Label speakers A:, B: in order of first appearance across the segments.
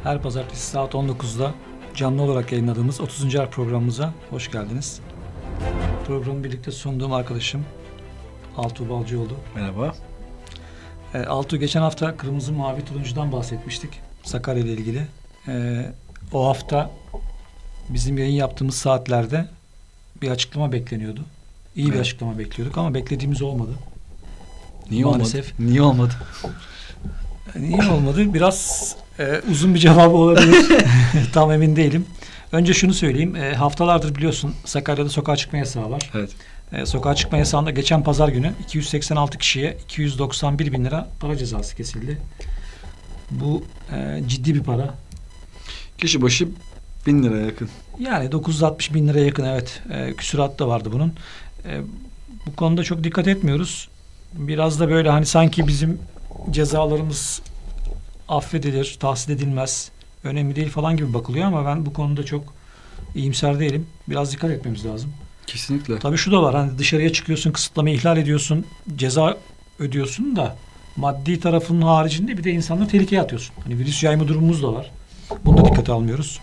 A: Her pazartesi saat 19'da canlı olarak yayınladığımız 30. programımıza hoş geldiniz. Programı birlikte sunduğum arkadaşım Altuğ Balcıoğlu.
B: Merhaba.
A: Altuğ, geçen hafta kırmızı mavi turuncudan bahsetmiştik Sakarya ile ilgili. O hafta bizim yayın yaptığımız saatlerde bir açıklama bekleniyordu. İyi bir açıklama bekliyorduk ama beklediğimiz olmadı.
B: Niye
A: maalesef
B: olmadı? Niye olmadı?
A: Niye olmadı? Biraz uzun bir cevabı olabilir. Tam emin değilim. Önce şunu söyleyeyim. Haftalardır biliyorsun Sakarya'da sokağa çıkma yasağı var.
B: Evet.
A: Sokağa çıkma yasağında geçen pazar günü 286 kişiye 291 bin lira para cezası kesildi. Bu ciddi bir para.
B: Kişi başı 1000 liraya yakın.
A: Yani 960 bin liraya yakın, evet. Küsurat da vardı bunun. Bu konuda çok dikkat etmiyoruz. Biraz da böyle hani sanki bizim cezalarımız affedilir, tahsil edilmez, önemli değil falan gibi bakılıyor ama ben bu konuda çok iyimser değilim. Biraz dikkat etmemiz lazım.
B: Kesinlikle.
A: Tabii şu da var, hani dışarıya çıkıyorsun, kısıtlamayı ihlal ediyorsun, ceza ödüyorsun da maddi tarafının haricinde bir de insanları tehlikeye atıyorsun. Hani virüs yayma durumumuz da var. Bunu da dikkate almıyoruz.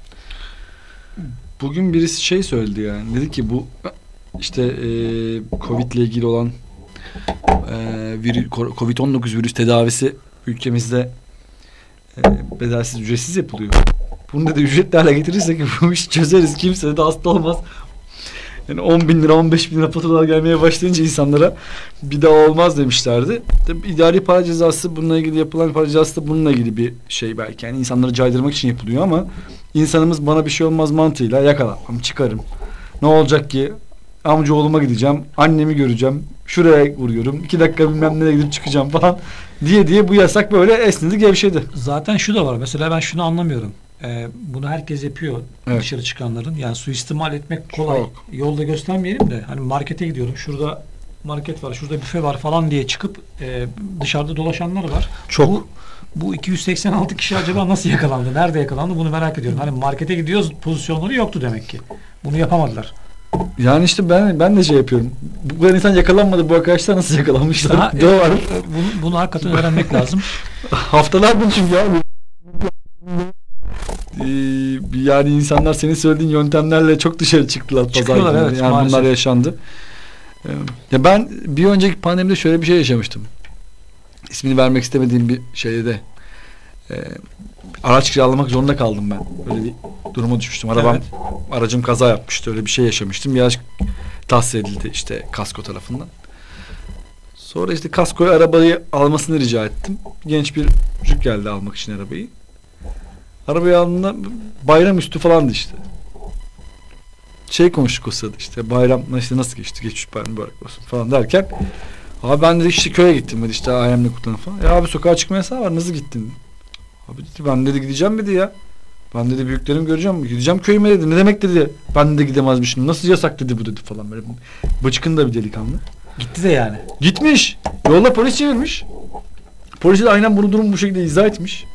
B: Bugün birisi şey söyledi yani. Dedi ki bu işte Covid ile ilgili olan Covid-19 virüs tedavisi ülkemizde bedelsiz, ücretsiz yapılıyor. Bunu dedi ücretli hale getirirsek bu işi çözeriz. Kimse de hasta olmaz. Yani 10 bin lira, 15 bin lira faturalar gelmeye başlayınca insanlara bir daha olmaz demişlerdi. Tabii idari para cezası, bununla ilgili yapılan para cezası da bununla ilgili bir şey belki. Yani insanları caydırmak için yapılıyor ama insanımız bana bir şey olmaz mantığıyla yakalamam, çıkarım. Ne olacak ki? Amcaoğluma gideceğim, annemi göreceğim, şuraya vuruyorum, 2 dakika bilmem nereye gidip çıkacağım falan diye bu yasak böyle esnedi gevşedi.
A: Zaten şu da var, mesela ben şunu anlamıyorum. Bunu herkes yapıyor,
B: evet,
A: dışarı çıkanların. Yani suistimal etmek kolay.
B: Çok.
A: Yolda göstermeyelim de hani markete gidiyorum, şurada market var, şurada büfe var falan diye çıkıp dışarıda dolaşanlar var.
B: Çok.
A: Bu 286 kişi acaba nasıl yakalandı? Nerede yakalandı? Bunu merak ediyorum. Hani markete gidiyoruz, pozisyonları yoktu demek ki. Bunu yapamadılar.
B: Yani işte ben de şey yapıyorum. Bu kadar insan yakalanmadı. Bu arkadaşlar nasıl yakalanmışlar?
A: Bunu hakikaten öğrenmek lazım.
B: Haftalardır çünkü abi. Yani insanlar senin söylediğin yöntemlerle çok dışarı çıktılar pazar günü.
A: Evet,
B: yani
A: maalesef.
B: bunlar yaşandı. Ya ben bir önceki pandemide şöyle bir şey yaşamıştım. İsmini vermek istemediğim bir şeyde araç kiralamak zorunda kaldım ben. Böyle bir duruma düşmüştüm. Aracım kaza yapmıştı. Öyle bir şey yaşamıştım. Bir araç tahsis edildi işte kasko tarafından. Sonra işte kaskoyu, arabayı almasını rica ettim. Genç bir çocuk geldi almak için arabayı. Arabayı aldığında bayram üstü falandı işte. Şey konuştuk o sırada işte bayram işte nasıl geçti, geçmiş bayram mübarek olsun falan derken abi ben de işte köye gittim dedi işte ailemle kutlanın falan. Abi sokağa çıkma yasağı var, nasıl gittin? Abi dedi ben dedi gideceğim dedi ya. Ben dedi büyüklerimi göreceğim, gideceğim köyüme dedi. Ne demek dedi, ben de gidemezmişim, nasıl yasak dedi bu dedi falan, böyle bıçkın da bir delikanlı.
A: Gitti de yani.
B: Gitmiş. Yolda polis çevirmiş. Polisi de aynen bunu durum bu şekilde izah etmiş.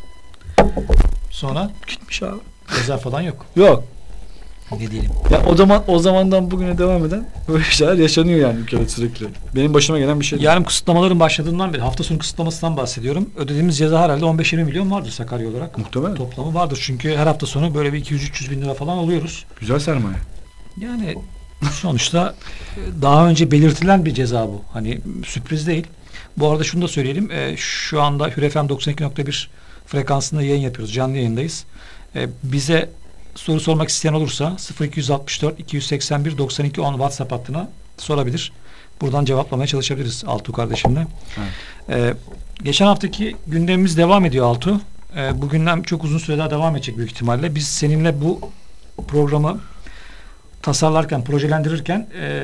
A: Sonra
B: Gitmiş abi.
A: ceza falan yok.
B: Yok.
A: Ne diyelim.
B: Ya o zamandan bugüne devam eden böyle şeyler yaşanıyor yani ülkede sürekli. Benim başıma gelen bir şey.
A: Yarın kısıtlamaların başladığından beri, hafta sonu kısıtlamasından bahsediyorum. Ödediğimiz ceza herhalde 15-20 milyon vardır Sakarya olarak.
B: Muhtemelen.
A: Toplamı vardır çünkü her hafta sonu böyle bir 200-300 bin lira falan alıyoruz.
B: Güzel sermaye.
A: Yani sonuçta daha önce belirtilen bir ceza bu. Hani sürpriz değil. Bu arada şunu da söyleyelim. Şu anda Hür FM 92.1 frekansında yayın yapıyoruz. Canlı yayındayız. Bize soru sormak isteyen olursa 0264 281 92 10 WhatsApp hattına sorabilir. Buradan cevaplamaya çalışabiliriz Altuğ kardeşimle.
B: Evet.
A: Geçen haftaki gündemimiz devam ediyor Altuğ. Bu gündem çok uzun süre daha devam edecek büyük ihtimalle. Biz seninle bu programı tasarlarken, projelendirirken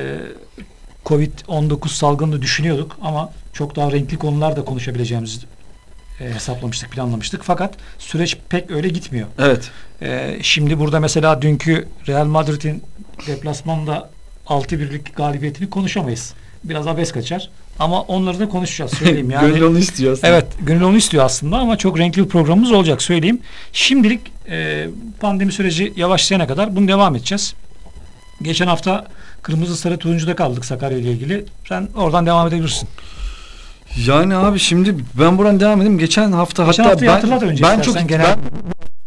A: Covid-19 salgınını düşünüyorduk ama çok daha renkli konular da konuşabileceğimizi hesaplamıştık, planlamıştık. Fakat süreç pek öyle gitmiyor.
B: Evet.
A: Şimdi burada mesela dünkü Real Madrid'in deplasmanda 6-1'lik galibiyetini konuşamayız. Biraz abes kaçar. Ama onları da konuşacağız, söyleyeyim. Yani,
B: gönül onu istiyor aslında.
A: Evet, gönül onu istiyor aslında ama çok renkli bir programımız olacak, söyleyeyim. Şimdilik pandemi süreci yavaşlayana kadar bunu devam edeceğiz. Geçen hafta kırmızı sarı turuncuda kaldık Sakarya ile ilgili. Sen oradan devam edebilirsin.
B: Yani abi şimdi ben buradan devam edeyim. Geçen hafta
A: hatırlat önce
B: ben
A: istersen
B: çok
A: genel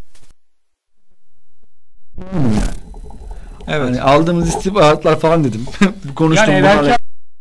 B: yani.
A: Evet.
B: Hani aldığımız istihbaratlar falan dedim. Konuştum.
A: Yani belki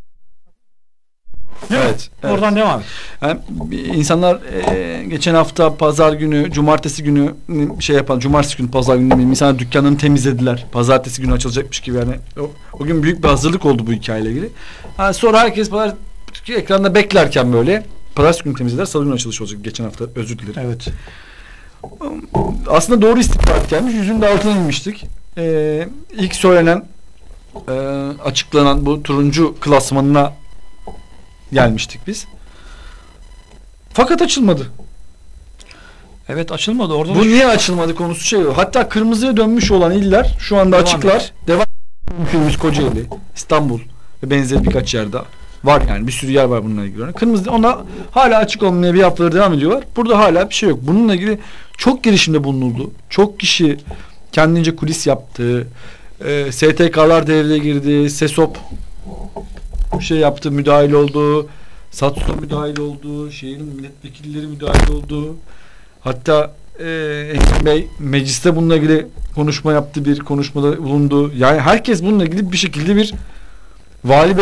B: evet.
A: oradan devam et.
B: Yani insanlar geçen hafta pazar günü, cumartesi günü cumartesi günü pazar günü insanlar dükkanını temizlediler. Pazartesi günü açılacakmış gibi yani. O gün büyük bir hazırlık oldu bu hikayeyle ilgili. Sonra herkes ekranda beklerken böyle pazartesi günü temizlediler. Salı günü açılış olacak geçen hafta. Özür dilerim.
A: Evet.
B: Aslında doğru istihbarat gelmiş. Yüzün de altına inmiştik. İlk söylenen açıklanan bu turuncu klasmanına gelmiştik biz. Fakat açılmadı.
A: Evet, açılmadı. Orada
B: bu niye açılmadı konusu şey. Hatta kırmızıya dönmüş olan iller şu anda açıklar. Devam ediyoruz Kocaeli, İstanbul ve benzeri birkaç yerde var yani. Bir sürü yer var bununla ilgili. Kırmızı ona hala açık olmaya bir haftaları devam ediyorlar. Burada hala bir şey yok. Bununla ilgili çok girişimde bulunuldu. Çok kişi kendince kulis yaptı. STK'lar devreye girdi. SESOP şey yaptı, müdahil oldu. SATSO müdahil oldu. Şehrin milletvekilleri müdahil oldu. Hatta Ekrem Bey mecliste bununla ilgili konuşma yaptı, bir konuşmada bulundu. Yani herkes bununla ilgili bir şekilde bir vali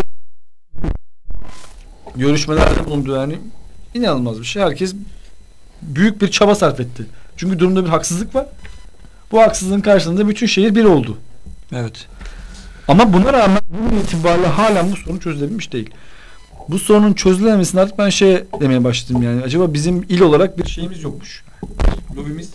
B: görüşmelerde bulundu yani. İnanılmaz bir şey. Herkes büyük bir çaba sarf etti. Çünkü durumda bir haksızlık var. Bu haksızlığın karşılığında bütün şehir bir oldu.
A: Evet.
B: Ama buna rağmen bugün itibariyle halen bu sorun çözülebilmiş değil. Bu sorunun çözülememesini artık ben demeye başladım yani. Acaba bizim il olarak bir şeyimiz yokmuş. Lobimiz.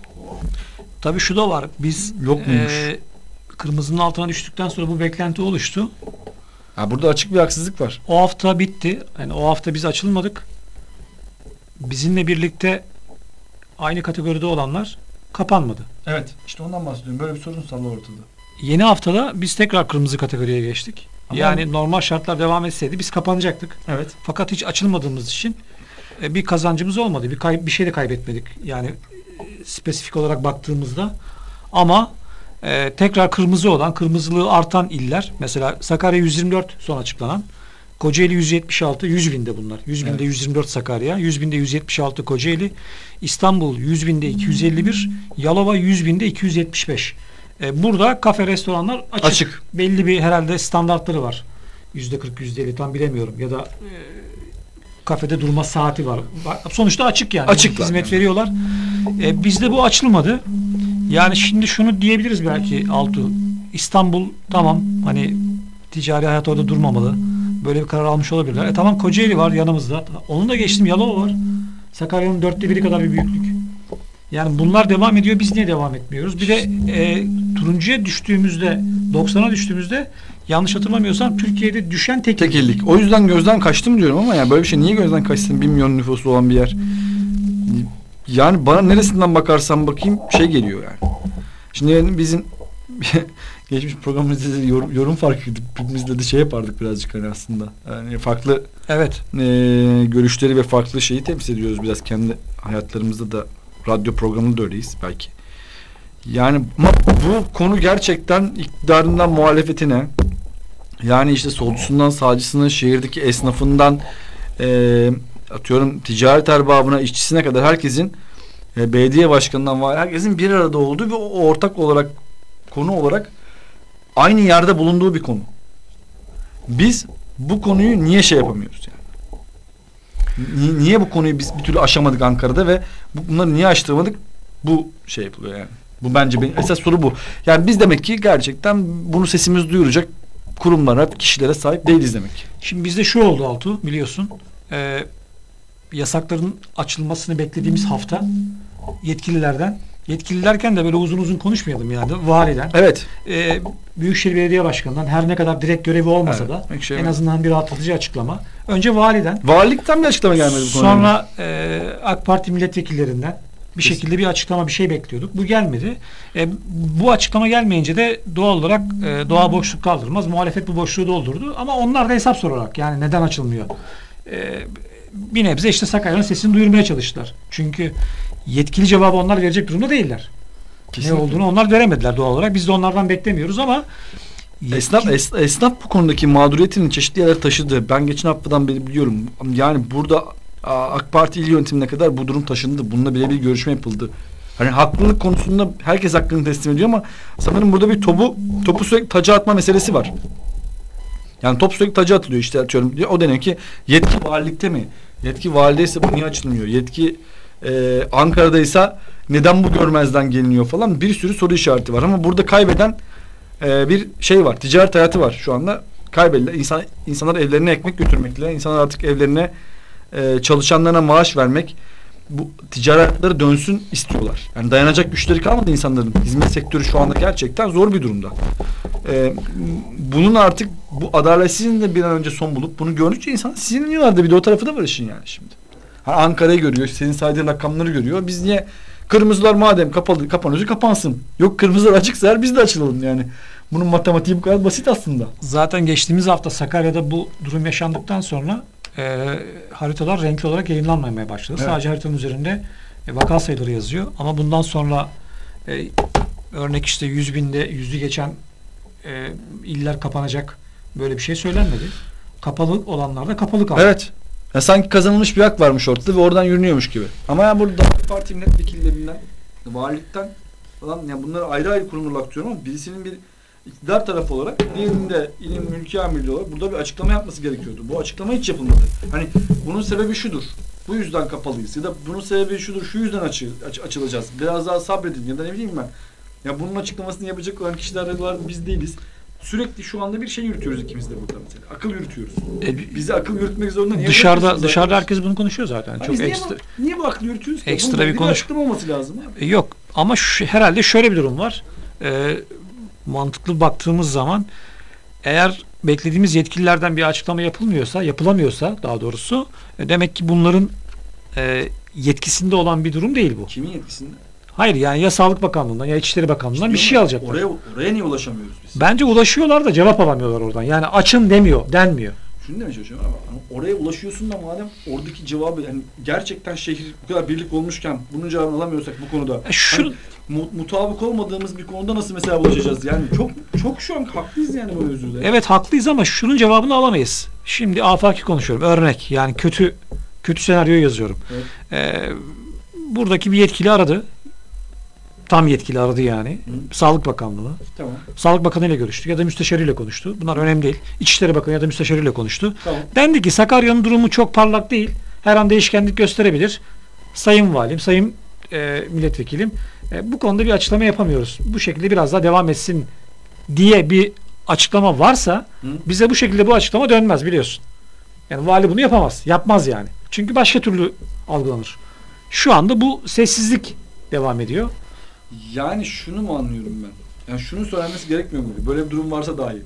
A: Tabii şu da var. Biz
B: yok muymuş?
A: Kırmızının altına düştükten sonra bu beklenti oluştu.
B: Burada açık bir haksızlık var.
A: O hafta bitti. Yani o hafta biz açılmadık. Bizimle birlikte aynı kategoride olanlar kapanmadı.
B: Evet. İşte ondan bahsediyorum. Böyle bir sorunsal var ortada.
A: Yeni haftada biz tekrar kırmızı kategoriye geçtik. Ama yani normal şartlar devam etseydi biz kapanacaktık.
B: Evet.
A: Fakat hiç açılmadığımız için bir kazancımız olmadı. Bir şey de kaybetmedik. Yani spesifik olarak baktığımızda. Ama tekrar kırmızı olan, kırmızılığı artan iller, mesela Sakarya 124 son açıklanan, Kocaeli 176, 100 binde bunlar. 100 binde 124 Sakarya, 100 binde 176 Kocaeli, İstanbul 100 binde 251, Yalova 100 binde 275. Burada kafe, restoranlar açık. Belli bir herhalde standartları var. %40, %50 tam bilemiyorum. Ya da kafede durma saati var. Sonuçta açık yani.
B: Açıklar.
A: Hizmet veriyorlar. Bizde bu açılmadı. Yani şimdi şunu diyebiliriz belki Altuğ. İstanbul tamam hani ticari hayat orada durmamalı. Böyle bir karar almış olabilirler. Tamam, Kocaeli var yanımızda. Onu da geçtim, Yalova var. Sakarya'nın 1/4 kadar bir büyüklük. Yani bunlar devam ediyor. Biz niye devam etmiyoruz? Bir de turuncuya düştüğümüzde, 90'a düştüğümüzde yanlış hatırlamıyorsam Türkiye'de düşen tek illik.
B: O yüzden gözden kaçtım diyorum ama yani böyle bir şey niye gözden kaçsın? 1 milyon nüfusu olan bir yer. Yani bana neresinden bakarsam bakayım geliyor yani. Şimdi bizim geçmiş programımızda yorum farkıydı. Birimizle de yapardık birazcık hani aslında. Yani farklı görüşleri ve farklı şeyi temsil ediyoruz biraz kendi hayatlarımızda da. Radyo programında da öyleyiz belki. Yani bu konu gerçekten iktidarından muhalefetine, yani işte solcusundan sağcısına, şehirdeki esnafından atıyorum ticaret erbabına, işçisine kadar herkesin belediye başkanından var, herkesin bir arada olduğu ve o ortak olarak konu olarak aynı yerde bulunduğu bir konu. Biz bu konuyu niye yapamıyoruz yani? Niye bu konuyu biz bir türlü aşamadık Ankara'da ve bunları niye aştırmadık? Bu yapılıyor yani. Bu bence benim esas soru bu. Yani biz demek ki gerçekten bunu sesimizi duyuracak kurumlara, kişilere sahip değiliz demek.
A: Şimdi bizde şu oldu Altuğ, biliyorsun. Yasakların açılmasını beklediğimiz hafta yetkililerken de böyle uzun uzun konuşmayalım yani. Validen.
B: Evet.
A: Büyükşehir Belediye Başkanı'ndan her ne kadar direkt görevi olmasa da en azından bir rahatlatıcı açıklama. Önce validen.
B: Valilikten bir açıklama gelmedi bu konuda.
A: Sonra AK Parti milletvekillerinden bir şekilde bir açıklama, bir şey bekliyorduk. Bu gelmedi. Bu açıklama gelmeyince de doğal olarak doğa boşluk kaldırmaz. Muhalefet bu boşluğu doldurdu. Ama onlar da hesap sorarak, yani neden açılmıyor? Bir nebze işte Sakarya'nın sesini duyurmaya çalıştılar. Çünkü yetkili cevabı onlar verecek durumda değiller. Kesinlikle. Ne olduğunu onlar veremediler doğal olarak. Biz de onlardan beklemiyoruz ama
B: esnaf bu konudaki mağduriyetini çeşitli yerlere taşıdı. Ben geçen haftadan beri biliyorum. Yani burada AK Parti il yönetimine kadar bu durum taşındı. Bununla birebir görüşme yapıldı. Hani haklılık konusunda herkes hakkını teslim ediyor ama sanırım burada bir topu sürekli taca atma meselesi var. Yani top sürekli taca atılıyor işte atıyorum. O deniyor ki yetki valilikte mi? Yetki valideyse bu niye açılmıyor? Yetki Ankara'daysa neden bu görmezden geliniyor falan, bir sürü soru işareti var. Ama burada kaybeden bir şey var. Ticaret hayatı var şu anda. Kaybedilen insanlar evlerine ekmek götürmekle, insanlar artık evlerine çalışanlarına maaş vermek, bu ticaretleri dönsün istiyorlar. Yani dayanacak güçleri kalmadı insanların. Hizmet sektörü şu anda gerçekten zor bir durumda. Bunun artık bu adaletsizliğin de bir an önce son bulup bunu gördükçe insan sinirleniyorlar, bir de o tarafı da var işin yani şimdi. Ankara'yı görüyor, senin saydığın rakamları görüyor. Biz niye kırmızılar madem kapanıyor kapansın. Yok, kırmızılar açıksa eğer biz de açılalım yani. Bunun matematiği bu kadar basit aslında.
A: Zaten geçtiğimiz hafta Sakarya'da bu durum yaşandıktan sonra haritalar renkli olarak yayınlanmamaya başladı. Evet. Sadece haritanın üzerinde vaka sayıları yazıyor. Ama bundan sonra örnek işte 100'ü geçen iller kapanacak, böyle bir şey söylenmedi. Kapalı olanlar da kapalı kaldı.
B: Evet. Ya sanki kazanılmış bir hak varmış ortada ve oradan yürünüyormuş gibi. Ama ya burada parti milletvekillerinden, valilikten falan, yani bunları ayrı ayrı kurumlar olarak diyorum ama birisinin bir iktidar tarafı olarak, diğerinin de ilim mülki amirliği olarak burada bir açıklama yapması gerekiyordu. Bu açıklama hiç yapılmadı. Hani bunun sebebi şudur, bu yüzden kapalıyız ya da bunun sebebi şudur, şu yüzden açılacağız. Biraz daha sabredin ya da ne bileyim ben. Ya bunun açıklamasını yapacak olan kişiler var, biz değiliz. Sürekli şu anda bir şey yürütüyoruz ikimiz de burada mesela. Akıl yürütüyoruz. Bizi akıl yürütmek zorunda. Niye
A: dışarıda herkes bunu konuşuyor zaten.
B: Yani
A: çok
B: niye bu aklı yürütüyoruz ki?
A: Ekstra bir
B: açıklama olması lazım.
A: Yok ama herhalde şöyle bir durum var. Mantıklı baktığımız zaman, eğer beklediğimiz yetkililerden bir açıklama yapılamıyorsa daha doğrusu, demek ki bunların yetkisinde olan bir durum değil bu.
B: Kimin yetkisinde?
A: Hayır, yani ya Sağlık Bakanlığı'ndan ya İçişleri Bakanlığı'ndan bir şey alacaklar.
B: Oraya niye ulaşamıyoruz biz?
A: Bence ulaşıyorlar da cevap alamıyorlar oradan. Yani açın denmiyor.
B: Şunu demeye çalışıyorum ama oraya ulaşıyorsun da madem oradaki cevabı, yani gerçekten şehir bu kadar birlik olmuşken bunun cevabını alamıyorsak bu konuda, hani mutabık olmadığımız bir konuda nasıl mesela ulaşacağız? Yani çok şu an haklıyız yani bu mevzuda.
A: Evet, haklıyız ama şunun cevabını alamayız. Şimdi afaki konuşuyorum. Örnek, yani kötü senaryo yazıyorum. Evet. Buradaki bir yetkili aradı. Tam yetkili aradı yani. Hı. Sağlık Bakanlığı. Tamam. Sağlık Bakanı ile görüştü ya da müsteşarıyla konuştu. Bunlar önemli değil. İçişleri Bakanı ya da müsteşarıyla konuştu. Tamam. Dendi ki Sakarya'nın durumu çok parlak değil. Her an değişkenlik gösterebilir. Sayın Valim, Sayın Milletvekilim, bu konuda bir açıklama yapamıyoruz. Bu şekilde biraz daha devam etsin diye bir açıklama varsa, bize bu şekilde bu açıklama dönmez, biliyorsun. Yani vali bunu yapamaz. Yapmaz yani. Çünkü başka türlü algılanır. Şu anda bu sessizlik devam ediyor.
B: Yani şunu mu anlıyorum ben? Yani şunu söylenmesi gerekmiyor mu? Böyle bir durum varsa dahi.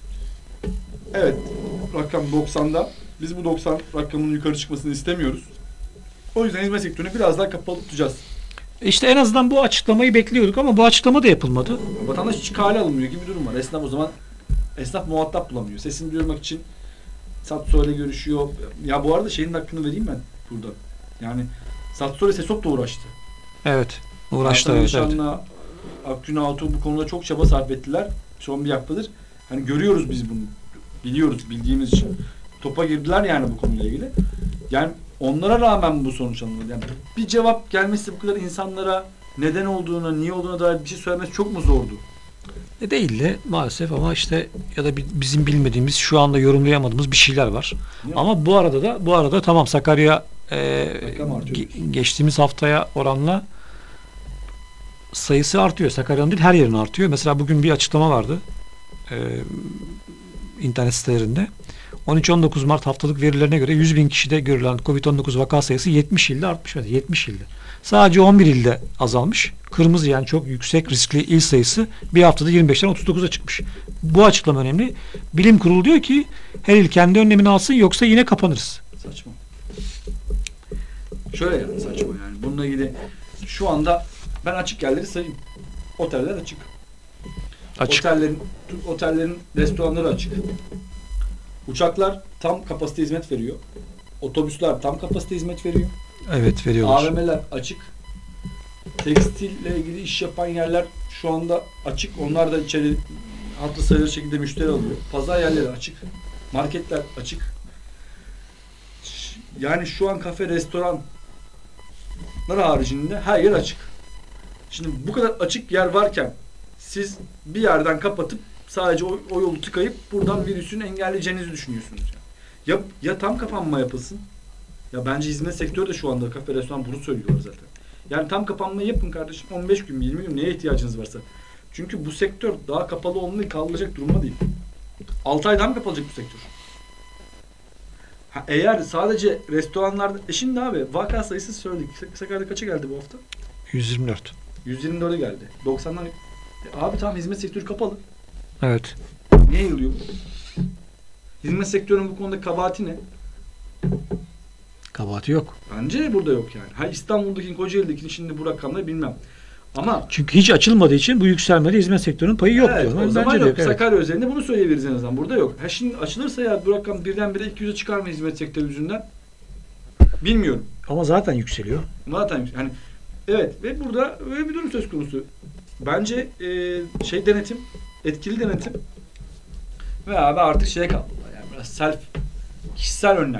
B: Evet, rakam 90'da. Biz bu 90 rakamının yukarı çıkmasını istemiyoruz. O yüzden hizmet sektörünü biraz daha kapalı tutacağız.
A: İşte en azından bu açıklamayı bekliyorduk ama bu açıklama da yapılmadı.
B: Vatandaş hiç kale alınmıyor gibi bir durum var. Esnaf muhatap bulamıyor. Sesini duyurmak için Satsoy'la görüşüyor. Ya bu arada şeyin hakkını vereyim ben burada. Yani Satsoy'la Sesop da uğraştı.
A: Evet. Uğraştı. Evet.
B: Akgün Altuğ bu konuda çok çaba sarf ettiler. Son bir haftadır. Hani görüyoruz biz bunu. Biliyoruz, bildiğimiz için. Topa girdiler yani bu konuyla ilgili. Yani onlara rağmen bu sonuç alınmadı. Yani bir cevap gelmesi bu kadar insanlara neden olduğuna, niye olduğuna dair bir şey söylemesi çok mu zordu?
A: Değil de maalesef, ama işte ya da bizim bilmediğimiz, şu anda yorumlayamadığımız bir şeyler var. Yok. Ama bu arada tamam, Sakarya geçtiğimiz haftaya oranla sayısı artıyor. Sakarya'nın değil, her yerin artıyor. Mesela bugün bir açıklama vardı internet sitelerinde. 13-19 Mart haftalık verilerine göre 100.000 kişide görülen COVID-19 vaka sayısı 70 ilde artmış. 70 ilde. Sadece 11 ilde azalmış. Kırmızı, yani çok yüksek riskli il sayısı bir haftada 25'ten 39'a çıkmış. Bu açıklama önemli. Bilim Kurulu diyor ki her il kendi önlemini alsın, yoksa yine kapanırız.
B: Saçma. Şöyle yani saçma yani. Bununla ilgili şu anda ben açık yerleri sayayım. Oteller açık. Otellerin restoranları açık. Uçaklar tam kapasite hizmet veriyor. Otobüsler tam kapasite hizmet veriyor.
A: Evet, veriyorlar.
B: AVM'ler açık. Tekstille ilgili iş yapan yerler şu anda açık. Onlar da içeri hatırı sayılır şekilde müşteri alıyor. Pazar yerleri açık. Marketler açık. Yani şu an kafe, restoranlar haricinde her yer açık. Şimdi bu kadar açık yer varken siz bir yerden kapatıp sadece o yolu tıkayıp buradan virüsün engelleyeceğinizi düşünüyorsunuz. Ya tam kapanma yapılsın. Ya bence hizmet sektörü de şu anda kafe, restoran bunu söylüyorlar zaten. Yani tam kapanmayı yapın kardeşim. 15 gün, 20 gün neye ihtiyacınız varsa. Çünkü bu sektör daha kapalı olmayı kaldıracak durumda değil. 6 aydan mı kapalacak bu sektör? Eğer sadece restoranlarda... şimdi abi vaka sayısı söyledik. Sakarya'da kaça geldi bu hafta?
A: 124.
B: 124'e geldi. 90'dan... abi tamam hizmet sektörü kapalı.
A: Evet.
B: Niye yayılıyor? Hizmet sektörünün bu konuda kabahati ne?
A: Kabahati yok.
B: Bence burada yok yani. İstanbul'daki, Kocaeli'deki şimdi bu rakamları bilmem. Ama
A: çünkü hiç açılmadığı için bu yükselmede hizmet sektörünün payı yok
B: evet,
A: diyor.
B: O zaman
A: bence
B: yok.
A: Evet.
B: Sakarya özelinde bunu söyleyebiliriz en azından. Burada yok. Şimdi açılırsa ya bu rakam birdenbire 200'e çıkar mı hizmet sektörü yüzünden? Bilmiyorum.
A: Ama zaten yükseliyor.
B: Zaten yani evet ve burada öyle bir durum söz konusu. Bence denetim, etkili denetim ve abi artık şeye kaldı. Yani biraz kişisel önlem.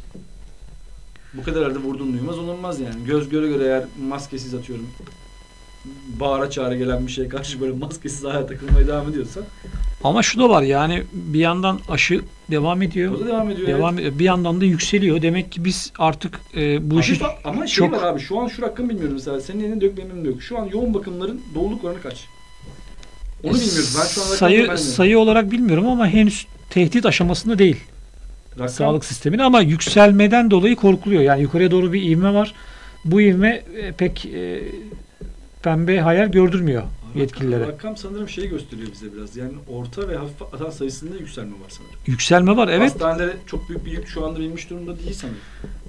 B: Bu kadar arada vurdum duymaz olunmaz yani. Göz göre göre eğer maskesiz atıyorum bağıra çağıra gelen bir şey karşı böyle maskesiz hayata takılmaya devam ediyorsa.
A: Ama şu da var yani bir yandan aşı devam ediyor.
B: O da devam ediyor.
A: Bir yandan da yükseliyor. Demek ki biz artık bu işi
B: ama şey var abi şu an şu rakamı bilmiyorum mesela. Senin elinde yok benim elimde yok. Şu an yoğun bakımların doluluk oranı kaç? Onu bilmiyoruz. Ben şu an
A: sayı olarak bilmiyorum ama henüz tehdit aşamasında değil. Sağlık sistemine ama yükselmeden dolayı korkuluyor. Yani yukarıya doğru bir ivme var. Bu ivme pek pembe hayal gördürmüyor yetkililere.
B: Rakam sanırım şeyi gösteriyor bize biraz. Yani orta ve hafif atan sayısında yükselme var sanırım.
A: Yükselme var evet.
B: Hastanelere çok büyük bir yük şu anda binmiş durumda değil sanırım.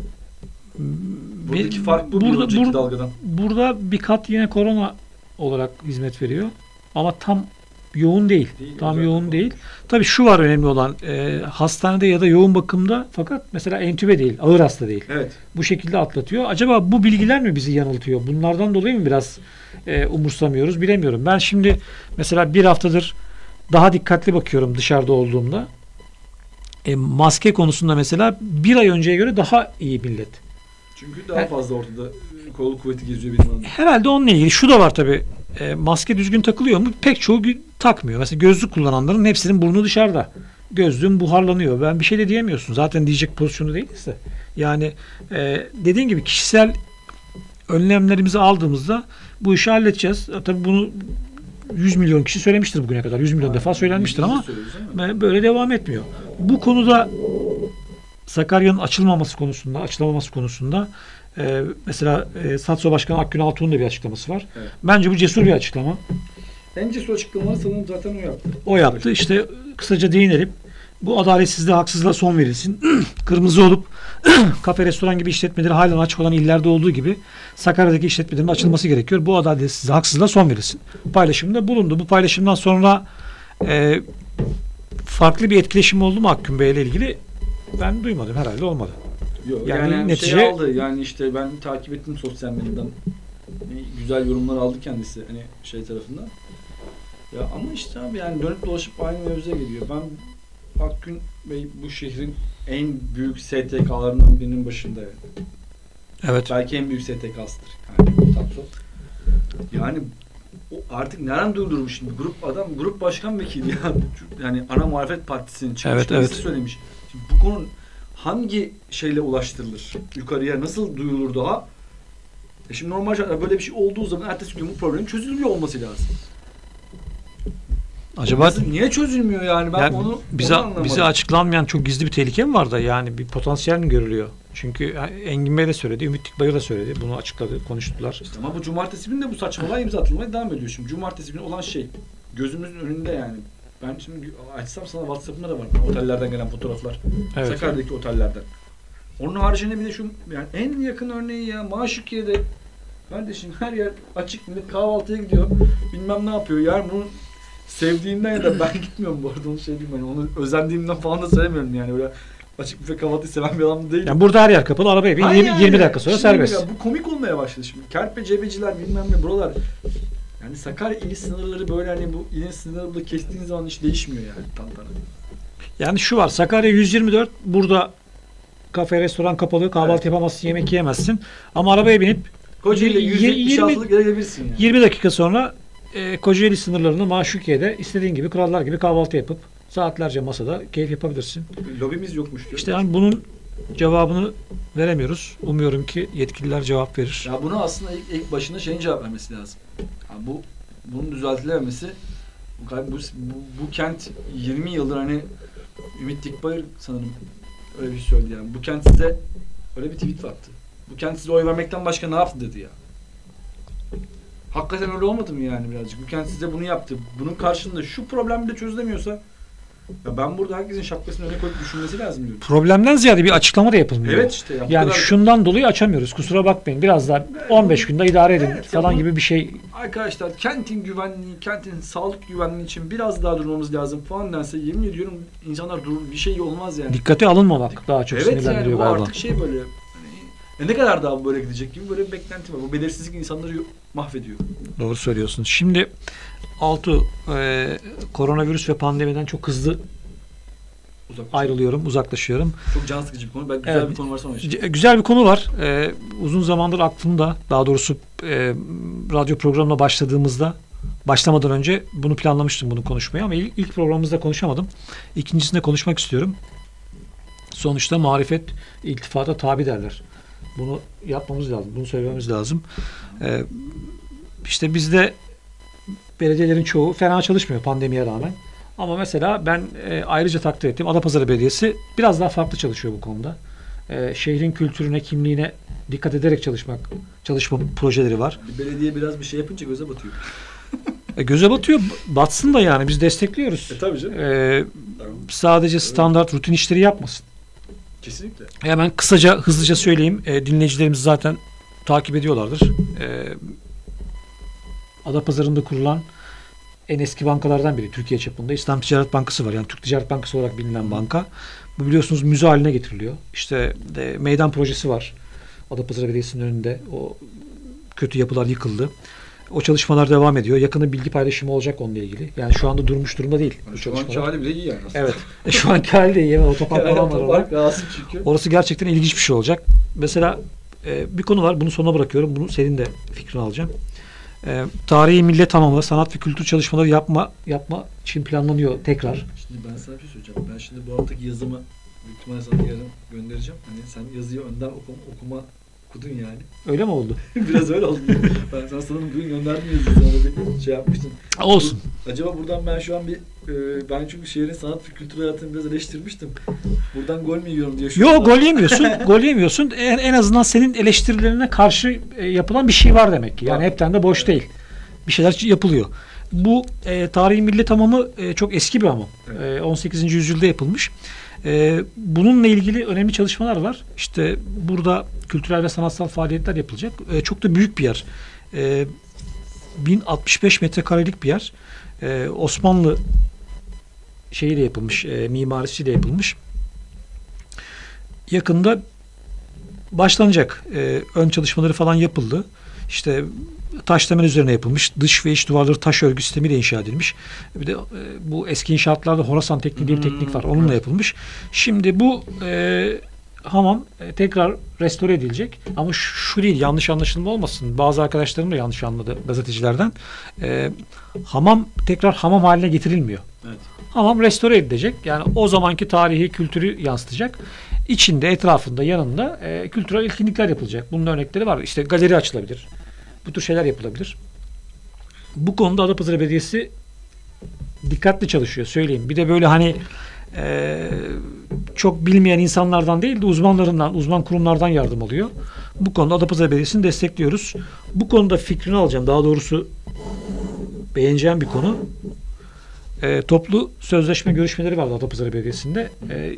B: Buradaki fark bu bir önceki dalgadan.
A: Burada bir kat yine korona olarak hizmet veriyor. Ama tam yoğun değil. Tam yoğun değil. Tabii şu var önemli olan hastanede ya da yoğun bakımda fakat mesela entübe değil, ağır hasta değil.
B: Evet.
A: Bu şekilde atlatıyor. Acaba bu bilgiler mi bizi yanıltıyor? Bunlardan dolayı mı biraz umursamıyoruz bilemiyorum. Ben şimdi mesela bir haftadır daha dikkatli bakıyorum dışarıda olduğumda. Maske konusunda mesela bir ay önceye göre daha iyi millet.
B: Çünkü daha fazla ortada kolluk kuvveti geziyor benim anlamda.
A: Herhalde onunla ilgili şu da var tabii. Maske düzgün takılıyor mu? Pek çoğu takmıyor. Mesela gözlük kullananların hepsinin burnu dışarıda. Gözlüğün buharlanıyor. Ben bir şey de diyemiyorsun. Zaten diyecek pozisyonu değiliz de. Yani dediğin gibi kişisel önlemlerimizi aldığımızda bu işi halledeceğiz. Tabii bunu 100 milyon kişi söylemiştir bugüne kadar. 100 milyon defa söylenmiştir ama böyle devam etmiyor. Bu konuda Sakarya'nın açılamaması konusunda mesela SATSO Başkanı Akgün Altuğ'un da bir açıklaması var. Evet. Bence bu cesur bir açıklama.
B: En cesur açıklamaları sanırım zaten o yaptı.
A: O yaptı. İşte kısaca değinelim. Bu adaletsizliğe, haksızlığa son verilsin. Kırmızı olup kafe, restoran gibi işletmeleri halen açık olan illerde olduğu gibi Sakarya'daki işletmelerin açılması gerekiyor. Bu adaletsizliğe, haksızlığa son verilsin. Paylaşımda bulundu. Bu paylaşımdan sonra farklı bir etkileşim oldu mu Akgün Bey ile ilgili? Ben duymadım. Herhalde olmadı.
B: Yok, yani netice aldı. Yani işte ben takip ettim sosyal medyadan. Güzel yorumlar aldı kendisi hani şey tarafından. Ya ama işte abi yani dönüp dolaşıp aynı mevzuya geliyor. Ben Akgün Bey bu şehrin en büyük STK'larından birinin başında.
A: Evet.
B: Belki en büyük STK'sıdır. Yani o artık nereden durdurmuş şimdi? Grup başkan vekili ya. Yani ana muhalefet partisinin çıkmış söylemiş. Şimdi bu konu hangi şeyle ulaştırılır? Yukarıya nasıl duyulur daha? Şimdi normal şartlarda böyle bir şey olduğu zaman ertesi gün bu problemin çözülmüyor olması lazım.
A: Acaba
B: niye çözülmüyor yani? Ben onu
A: bize açıklanmayan çok gizli bir tehlike mi var da yani bir potansiyel mi görülüyor? Çünkü Engin Bey de söyledi, Ümit Dikbayır da söyledi. Bunu açıkladı, konuştular.
B: İşte ama bu cumartesi günü de bu saçmalığa imza atılmaya devam ediyor şimdi. Cumartesi günü olan şey gözümüzün önünde yani. Ben şimdi açsam sana WhatsApp'ımda da var. Otellerden gelen fotoğraflar. Evet. Sakarya'daki otellerden. Onun haricinde bir de şu yani en yakın örneği ya Maşukiye'de kardeşim her yer açık millet kahvaltıya gidiyor. Bilmem ne yapıyor. Yani bunu sevdiğimden ya da ben gitmiyorum bu arada onu şey diyeyim. Yani onu özendiğimden falan da söylemiyorum yani. Böyle açık büfe kahvaltıyı seven bir adam değilim.
A: Yani burada her yer kapalı. Arabaya bin 20 dakika sonra serbest.
B: Ya, bu komik olmaya başladı şimdi. Kerpe, Cebeciler bilmem ne buralar. Yani Sakarya il sınırları böyle hani bu ilin sınırları kestiğin zaman hiç değişmiyor yani tantana.
A: Yani şu var Sakarya 124 burada kafe, restoran kapalı, kahvaltı yapamazsın, yemek yiyemezsin. Ama arabaya binip
B: Kocaeli'de 176'lık gelebilirsin yani.
A: 20 dakika sonra Kocaeli sınırlarında Maşukiye'de istediğin gibi krallar gibi kahvaltı yapıp saatlerce masada keyif yapabilirsin.
B: Lobimiz yokmuş diyor.
A: İşte hani bunun cevabını veremiyoruz. Umuyorum ki yetkililer cevap verir.
B: Ya bunu aslında ilk başında şeyin cevap vermesi lazım. Yani bunun düzeltilememesi bu kent 20 yıldır hani Ümit Dikbayır sanırım öyle bir şey söyledi yani. Bu kent size öyle bir tweet attı. Bu kent size oy vermekten başka ne yaptı dedi ya. Hakikaten öyle olmadı mı yani birazcık? Bu kent size bunu yaptı. Bunun karşılığında şu problem bile çözülemiyorsa ya ben burada herkesin şapkasını öne koyup düşünmesi lazım diyorum.
A: Problemden ziyade bir açıklama da yapılmıyor.
B: Evet işte.
A: Yani şundan dolayı açamıyoruz. Kusura bakmayın. Biraz daha 15 günde idare edin falan gibi bir şey.
B: Arkadaşlar kentin güvenliği, kentin sağlık güvenliği için biraz daha durmamız lazım falan dense yemin ediyorum insanlar durur bir şey olmaz yani.
A: Dikkate alınmamak daha çok
B: evet
A: sinirlendiriyor
B: yani bu
A: galiba.
B: artık şey böyle ne kadar daha böyle gidecek gibi böyle bir beklenti var. Bu belirsizlik insanları mahvediyor.
A: Doğru söylüyorsun. Şimdi Altuğ, koronavirüs ve pandemiden çok hızlı uzaklaşıyorum.
B: Çok can sıkıcı bir konu. Belki güzel bir konu varsa onu için.
A: Güzel bir konu var. Uzun zamandır aklımda, daha doğrusu radyo programına başlamadan önce bunu planlamıştım, bunu konuşmayı ama ilk programımızda konuşamadım. İkincisinde konuşmak istiyorum. Sonuçta marifet iltifata tabi derler. Bunu yapmamız lazım, bunu söylememiz lazım. İşte bizde belediyelerin çoğu fena çalışmıyor pandemiye rağmen. Ama mesela ben ayrıca takdir ettiğim Adapazarı Belediyesi biraz daha farklı çalışıyor bu konuda. Şehrin kültürüne, kimliğine dikkat ederek çalışma projeleri var.
B: Belediye biraz bir şey yapınca göze batıyor.
A: Göze batıyor. Batsın da yani biz destekliyoruz.
B: Tabii canım.
A: Sadece standart rutin işleri yapmasın.
B: Kesinlikle.
A: Hemen kısaca, hızlıca söyleyeyim. Dinleyicilerimiz zaten takip ediyorlardır. Adapazarı'nda kurulan en eski bankalardan biri Türkiye çapında. İslam Ticaret Bankası var. Yani Türk Ticaret Bankası olarak bilinen banka. Bu biliyorsunuz müze haline getiriliyor. İşte meydan projesi var. Adapazarı Belediyesi'nin önünde. O kötü yapılar yıkıldı. O çalışmalar devam ediyor. Yakında bilgi paylaşımı olacak onunla ilgili. Yani şu anda durmuş durumda değil.
B: Yani şu anki hali bile iyi yani aslında.
A: Evet. Şu anki hali de iyi. Otopark falan var orada.
B: Çünkü.
A: Orası gerçekten ilginç bir şey olacak. Mesela bir konu var. Bunu sona bırakıyorum. Bunu senin de fikrini alacağım. Tarihi millet tamamı sanat ve kültür çalışmaları yapma için planlanıyor tekrar.
B: Şimdi ben sana bir şey söyleyeceğim. Ben şimdi bu haftaki yazımı büyük ihtimalle sana yarın göndereceğim. Hani sen yazıyı önden okudun yani.
A: Öyle mi oldu?
B: Biraz öyle oldu. Ben sana sanırım bugün gönderdim yazıyı. Sana bir şey yapmıştım.
A: Olsun.
B: Acaba buradan ben şu an ben çünkü şehrin sanat ve kültür hayatını biraz eleştirmiştim. Buradan gol mü yiyorum diye.
A: Yok gol yemiyorsun. Gol yemiyorsun. En azından senin eleştirilerine karşı yapılan bir şey var demek ki. Yani hepten de boş değil. Bir şeyler yapılıyor. Bu tarihi milli tamamı çok eski bir hamam. Evet. 18. yüzyılda yapılmış. Bununla ilgili önemli çalışmalar var. İşte burada kültürel ve sanatsal faaliyetler yapılacak. Çok da büyük bir yer. 1065 metrekarelik bir yer. Osmanlı şeyiyle yapılmış, mimarisiyle yapılmış. Yakında başlanacak. Ön çalışmaları falan yapıldı. İşte taş temel üzerine yapılmış. Dış ve iç duvarları taş örgü sistemiyle inşa edilmiş. Bir de bu eski inşaatlarda Horasan tekniği diye bir teknik var. Onunla yapılmış. Şimdi bu hamam tekrar restore edilecek. Ama şu değil, yanlış anlaşılma olmasın. Bazı arkadaşlarım da yanlış anladı gazetecilerden. Hamam tekrar hamam haline getirilmiyor.
B: Evet.
A: Hamam restore edilecek. Yani o zamanki tarihi, kültürü yansıtacak. İçinde, etrafında, yanında kültürel etkinlikler yapılacak. Bunun örnekleri var. İşte galeri açılabilir. Bu tür şeyler yapılabilir. Bu konuda Adapazarı Belediyesi dikkatli çalışıyor, söyleyeyim. Bir de böyle hani çok bilmeyen insanlardan değil de uzmanlarından, uzman kurumlardan yardım alıyor. Bu konuda Adapazarı Belediyesi'ni destekliyoruz. Bu konuda fikrini alacağım. Daha doğrusu beğeneceğim bir konu. Toplu sözleşme görüşmeleri vardı Adapazarı Belediyesi'nde.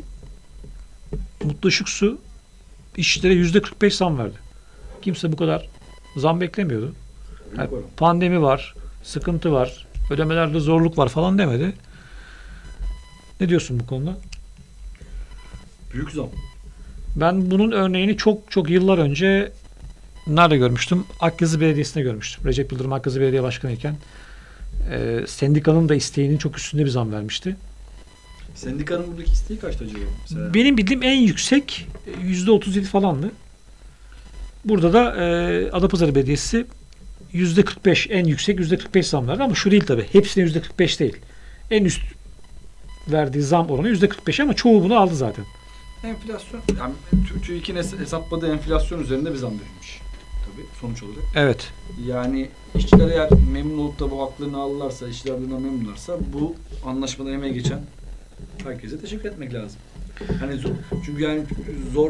A: Mutlu Işıksu işçilere %45 zam verdi. Kimse bu kadar zam beklemiyordu. Yani pandemi var, sıkıntı var, ödemelerde zorluk var falan demedi. Ne diyorsun bu konuda?
B: Büyük zam.
A: Ben bunun örneğini çok yıllar önce nerede görmüştüm? Akyazı Belediyesi'nde görmüştüm. Recep Yıldırım Akyazı Belediye Başkanı iken sendikanın da isteğinin çok üstünde bir zam vermişti.
B: Sendikanın buradaki isteği kaçtı acaba? Mesela?
A: Benim bildiğim en yüksek %37 falandı. Burada da Adapazarı Belediyesi %45 en yüksek %45 zam verdi ama şu değil tabii. Hepsine %45 değil. En üst verdiği zam oranı %45 ama çoğu bunu aldı zaten.
B: Enflasyon, yani TÜİK'in hesapladığı enflasyon üzerinde bir zam verilmiş. Tabii sonuç olarak.
A: Evet.
B: Yani işçiler eğer memnun olup da bu haklarını alırlarsa, işçiler bundan memnunlarsa bu anlaşmadan emeğe geçen herkese teşekkür etmek lazım. Hani çünkü yani zor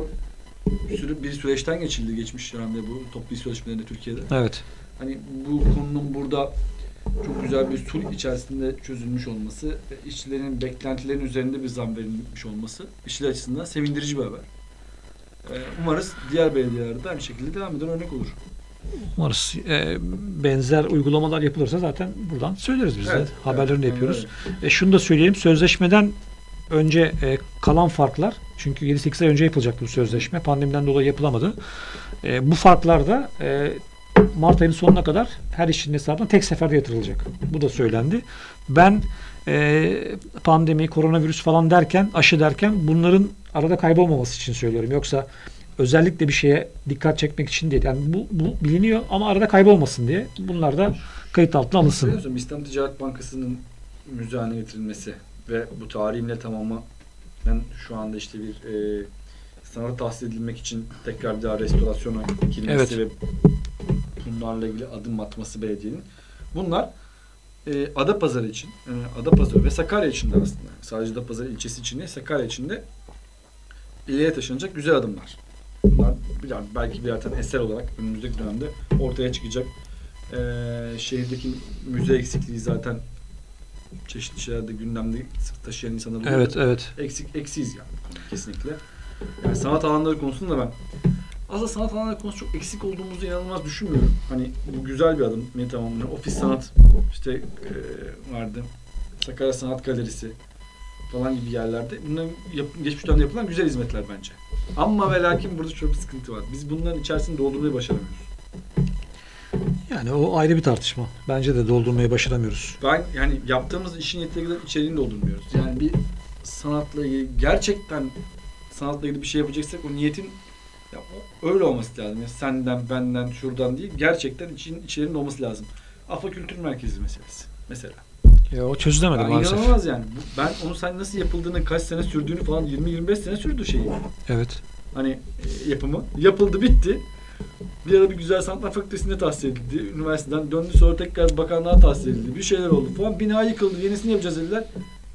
B: bir süreçten geçmiş dönemde bu toplu iş sözleşmelerinde Türkiye'de.
A: Evet.
B: Hani bu konunun burada çok güzel bir sulh içerisinde çözülmüş olması ve işçilerin beklentilerinin üzerinde bir zam verilmiş olması işçiler açısından sevindirici bir haber. Umarız diğer belediyelerde aynı şekilde devam eden örnek olur.
A: Umarız benzer uygulamalar yapılırsa zaten buradan söyleriz biz de. Haberlerini de yapıyoruz. Şunu da söyleyelim. Sözleşmeden önce kalan farklar, çünkü 7-8 ay önce yapılacak bu sözleşme. Pandemiden dolayı yapılamadı. Bu farklar da Mart ayının sonuna kadar her işçinin hesabına tek seferde yatırılacak. Bu da söylendi. Ben pandemi, koronavirüs falan derken, aşı derken bunların arada kaybolmaması için söylüyorum. Yoksa özellikle bir şeye dikkat çekmek için değil. Yani bu biliniyor ama arada kaybolmasın diye. Bunlar da kayıt altına alınsın.
B: Biliyorsun, İstanbul Ticaret Bankası'nın müze haline getirilmesi ve bu tarihimle tamamen şu anda işte bir sanata tahsis edilmek için tekrar bir daha restorasyona girmesi ve bunlarla ilgili adım atması belediyenin. Bunlar Adapazarı için, Adapazarı ve Sakarya için de aslında. Sadece Adapazarı ilçesi için değil, Sakarya için de ileriye taşınacak güzel adımlar. Bunlar belki bir zaten eser olarak önümüzdeki dönemde ortaya çıkacak. Şehirdeki müze eksikliği zaten çeşitli şeylerde gündemde sık taşıyan insanlar oluyor.
A: Evet.
B: Eksiyiz yani kesinlikle. Yani sanat alanları konusunda ben aslında sanat alanları konusu çok eksik olduğumuzu inanılmaz düşünmüyorum. Hani bu güzel bir adım. Tamamını ofis sanat işte vardı. Sakarya Sanat Galerisi falan gibi yerlerde. Bunların geçmiş dönemde yapılan güzel hizmetler bence. Ama ve lakin burada çok bir sıkıntı var. Biz bunların içerisini doldurmayı başaramıyoruz.
A: Yani o ayrı bir tartışma. Bence de doldurmayı başaramıyoruz.
B: Yani yaptığımız işin yeteri kadar içeriğini doldurmuyoruz. Yani bir sanatla ilgili gerçekten sanatla ilgili bir şey yapacaksak o niyetin öyle olması lazım. Yani senden, benden, şuradan değil. Gerçekten içerinin olması lazım. Afa Kültür Merkezi meselesi. Mesela.
A: Ya o çözülemedi maalesef.
B: İnanılmaz yani. Ben onu sen nasıl yapıldığını, kaç sene sürdüğünü falan 20-25 sene sürdü şeyi.
A: Evet.
B: Hani yapımı. Yapıldı, bitti. Bir ara bir Güzel Sanatlar Fakültesi'nde tahsis edildi. Üniversiteden döndü, sonra tekrar bakanlığa tahsis edildi. Bir şeyler oldu falan. Bina yıkıldı. Yenisini yapacağız dediler.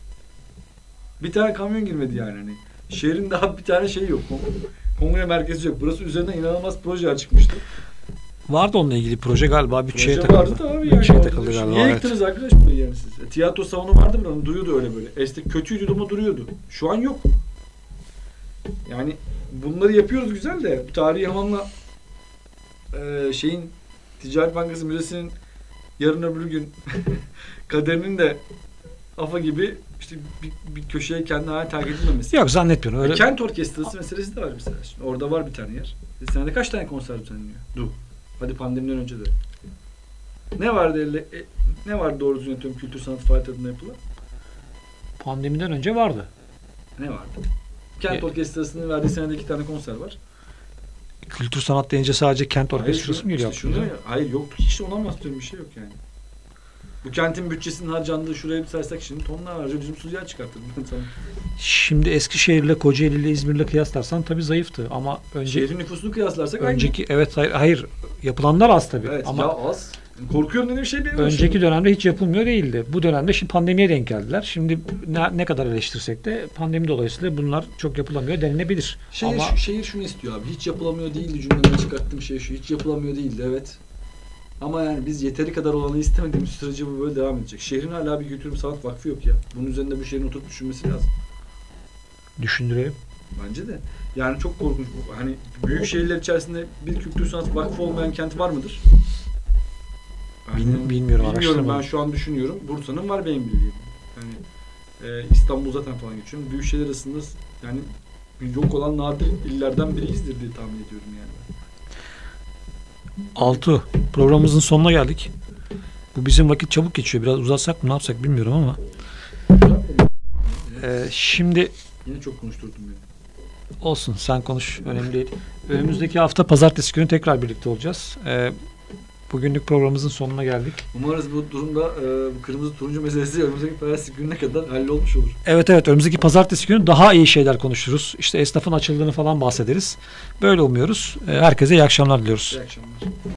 B: Bir tane kamyon girmedi yani. Hani şehrin daha bir tane şey yok. Kongre merkezi yok. Burası üzerinden inanılmaz projeler çıkmıştı.
A: Vardı onunla ilgili proje galiba. Bütçeye
B: proje
A: takıldı.
B: Vardı tabii
A: bütçeye
B: yani.
A: takıldı galiba.
B: Niye yıktınız arkadaş bunu yani siz? Tiyatro salonu vardı buranın. Duruyordu öyle böyle. Kötüydü ama duruyordu. Şu an yok. Yani bunları yapıyoruz güzel de bu tarihi hamamla Ticaret Bankası Müzesi'nin yarın öbür gün kaderinin de AFA gibi işte bir köşeye kendine ait terk edilmemesi.
A: Yok, zannetmiyorum. Öyle.
B: Kent orkestrası meselesi de var mesela. Şimdi orada var bir tane yer. Senede kaç tane konser düzenliyor? Hadi pandemiden önce de. Ne vardı ne vardı doğru düzgün yönetim kültür sanat faaliyeti adına yapılan?
A: Pandemiden önce vardı.
B: Ne vardı? Kent orkestrasının verdiği senede 2 tane konser var.
A: Kültür sanat deyince sadece kent orkestrası mı geliyor?
B: Hayır yok. Hiç ondan bahsediyorum, bir şey yok yani. Bu kentin bütçesinin harcandığı şuraya bir saysak şimdi tonlarca lüzumsuz yer çıkartır.
A: Şimdi Eskişehir ile Kocaeli ile İzmir ile kıyaslarsan tabii zayıftı ama
B: şehrin nüfusunu kıyaslarsak
A: önceki aynı. Evet hayır yapılanlar az tabii.
B: Evet,
A: ama
B: ya az. Korkuyorum dediğim şey benim.
A: Önceki dönemde hiç yapılmıyor değildi. Bu dönemde şimdi pandemiye denk geldiler. Şimdi ne kadar eleştirsek de pandemi dolayısıyla bunlar çok yapılamıyor denilebilir.
B: Şehir şunu istiyor abi. Hiç yapılamıyor değildi, cümleden çıkarttığım şey şu. Hiç yapılamıyor değildi, evet. Ama yani biz yeteri kadar olanı istemediğimiz sürece bu böyle devam edecek. Şehrin hala bir kültür sanat vakfı yok ya. Bunun üzerinde bu şehrin oturup düşünmesi lazım.
A: Düşündürelim.
B: Bence de. Yani çok korkunç. Hani büyük şehirler içerisinde bir kültür sanat vakfı olmayan kent var mıdır?
A: Bilmiyorum.
B: Ben şu an düşünüyorum. Bursa'nın var benim bildiğim. Yani İstanbul zaten falan geçiyorum. Büyük şehirler arasında yani yok olan nadir illerden biriyizdir diye tahmin ediyorum yani.
A: 6. Programımızın sonuna geldik. Bu bizim vakit çabuk geçiyor. Biraz uzatsak mı ne yapsak bilmiyorum ama. Şimdi
B: yine çok konuşturdum beni.
A: Olsun, sen konuş, önemli değil. Önümüzdeki hafta pazartesi günü tekrar birlikte olacağız. Bugünlük programımızın sonuna geldik.
B: Umarız bu durumda bu kırmızı turuncu meselesi önümüzdeki pazartesi gününe kadar hallolmuş olur.
A: Evet, önümüzdeki pazartesi günü daha iyi şeyler konuşuruz. İşte esnafın açıldığını falan bahsederiz. Böyle umuyoruz. Herkese iyi akşamlar diliyoruz.
B: İyi akşamlar.